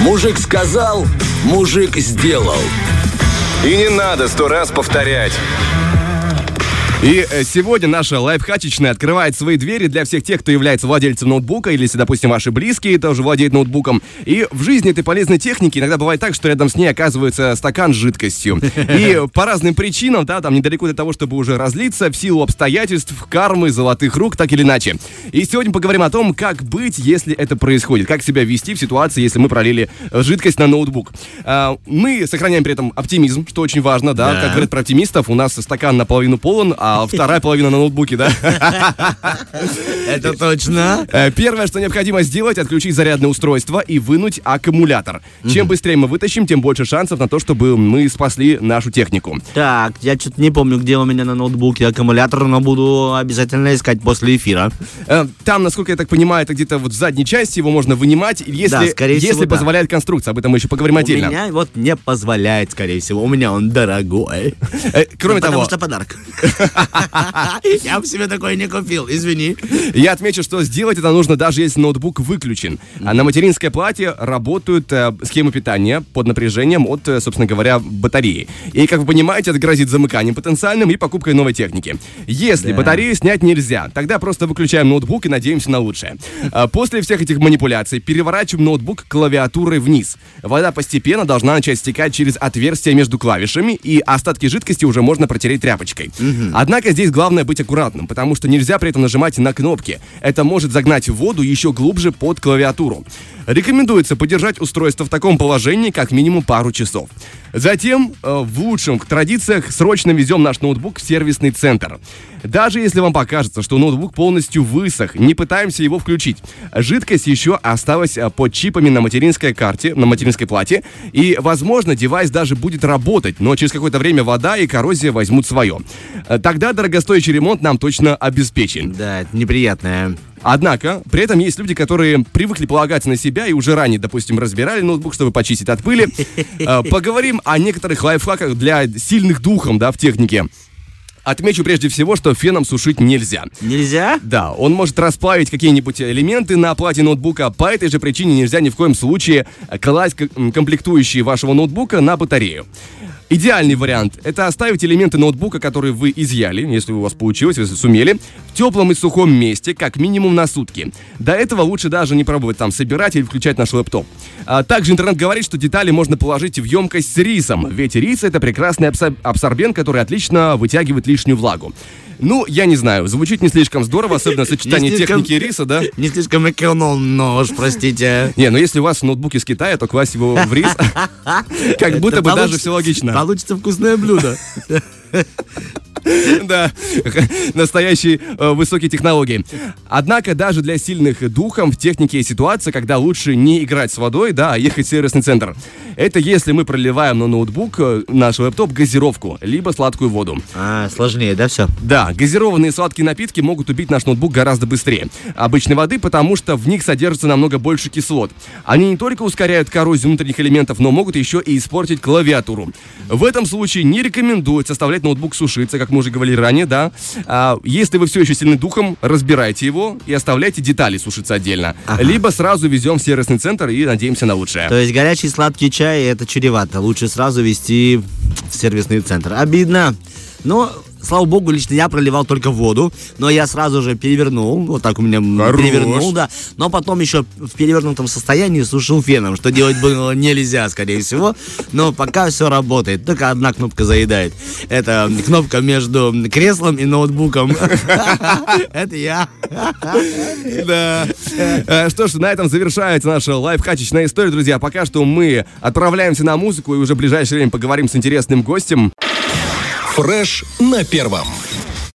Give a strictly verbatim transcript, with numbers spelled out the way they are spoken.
Мужик сказал, мужик сделал. И не надо сто раз повторять. И сегодня наша лайфхачечная открывает свои двери для всех тех, кто является владельцем ноутбука, или если, допустим, ваши близкие тоже владеют ноутбуком. И в жизни этой полезной техники иногда бывает так, что рядом с ней оказывается стакан с жидкостью. И по разным причинам, да, там недалеко для того, чтобы уже разлиться, в силу обстоятельств, кармы, золотых рук, так или иначе. И сегодня поговорим о том, как быть, если это происходит, как себя вести в ситуации, если мы пролили жидкость на ноутбук. Мы сохраняем при этом оптимизм, что очень важно, да, Да. как говорят про оптимистов, у нас стакан наполовину полон, а вторая половина на ноутбуке, да? Это точно. Э, Первое, что необходимо сделать, отключить зарядное устройство и вынуть аккумулятор. Чем быстрее мы вытащим, тем больше шансов на то, чтобы мы спасли нашу технику. Так, я что-то не помню, где у меня на ноутбуке аккумулятор, но буду обязательно искать после эфира. Э, Там, насколько я так понимаю, это где-то вот в задней части его можно вынимать, если, Да, скорее если всего, да. позволяет конструкция. Об этом мы еще поговорим У отдельно. меня вот не позволяет, скорее всего. У меня он дорогой. Э, Кроме Потому того, что подарок. Я бы себе такой не купил, извини. я отмечу, что сделать это нужно даже если ноутбук выключен. А на материнской плате работают э, схемы питания под напряжением от, э, собственно говоря, батареи. И, как вы понимаете, это грозит замыканием потенциальным и покупкой новой техники. Если Да. батарею снять нельзя, тогда просто выключаем ноутбук и надеемся на лучшее. А после всех этих манипуляций переворачиваем ноутбук клавиатурой вниз. Вода постепенно должна начать стекать через отверстия между клавишами, и остатки жидкости уже можно протереть тряпочкой. Однако здесь главное быть аккуратным, потому что нельзя при этом нажимать на кнопки. Это может загнать воду еще глубже под клавиатуру. Рекомендуется подержать устройство в таком положении как минимум пару часов. Затем, э, в лучшем традициях, срочно везем наш ноутбук в сервисный центр. Даже если вам покажется, что ноутбук полностью высох, не пытаемся его включить. Жидкость еще осталась э, под чипами на материнской карте, на материнской плате, и, возможно, девайс даже будет работать, но через какое-то время вода и коррозия возьмут свое. Э, Тогда дорогостоящий ремонт нам точно обеспечен. Да, это неприятное. Однако, при этом есть люди, которые привыкли полагаться на себя и уже ранее, допустим, разбирали ноутбук, чтобы почистить от пыли. Э, Поговорим о некоторых лайфхаках для сильных духом, да, в технике. Отмечу прежде всего, что феном сушить нельзя. Нельзя? Да, он может расплавить какие-нибудь элементы на плате ноутбука. По этой же причине нельзя ни в коем случае класть к- м, комплектующие вашего ноутбука на батарею. Идеальный вариант – это оставить элементы ноутбука, которые вы изъяли, если у вас получилось, если сумели, в теплом и сухом месте, как минимум на сутки. До этого лучше даже не пробовать там собирать или включать наш лэптоп. А также интернет говорит, что детали можно положить в емкость с рисом, ведь рис – это прекрасный абсор- абсорбент, который отлично вытягивает лишнюю влагу. Ну, я не знаю, звучит не слишком здорово, особенно сочетание Не слишком- техники и риса, да? Не слишком эконом нож, простите. Не, ну если у вас ноутбук из Китая, то класть его в рис, как будто Это бы даже получится- все логично. Получится вкусное блюдо. Да, настоящие э, высокие технологии. Однако даже для сильных духом в технике есть ситуация, когда лучше не играть с водой, да, а ехать в сервисный центр. Это если мы проливаем на ноутбук, э, наш лэптоп, газировку, либо сладкую воду. А, сложнее, да, все? Да, газированные сладкие напитки могут убить наш ноутбук гораздо быстрее обычной воды, потому что в них содержится намного больше кислот. Они не только ускоряют коррозию внутренних элементов, но могут еще и испортить клавиатуру. В этом случае не рекомендуется оставлять ноутбук сушиться, как мы уже говорили ранее, да. А, если вы все еще сильны духом, разбирайте его и оставляйте детали сушиться отдельно. Ага. Либо сразу везем в сервисный центр и надеемся на лучшее. То есть горячий сладкий чай это чревато. Лучше сразу везти в сервисный центр. Обидно. Но, слава богу, лично я проливал только воду, но я сразу же перевернул, вот так у меня м, Хорош. перевернул, да, но потом еще в перевернутом состоянии сушил феном, что делать было нельзя, скорее всего, но пока все работает, только одна кнопка заедает. Это кнопка между креслом и ноутбуком. Это я. Да. Э, Что ж, на этом завершается наша лайфхачечная история, друзья. Пока что мы отправляемся на музыку и уже в ближайшее время поговорим с интересным гостем. Фреш на первом.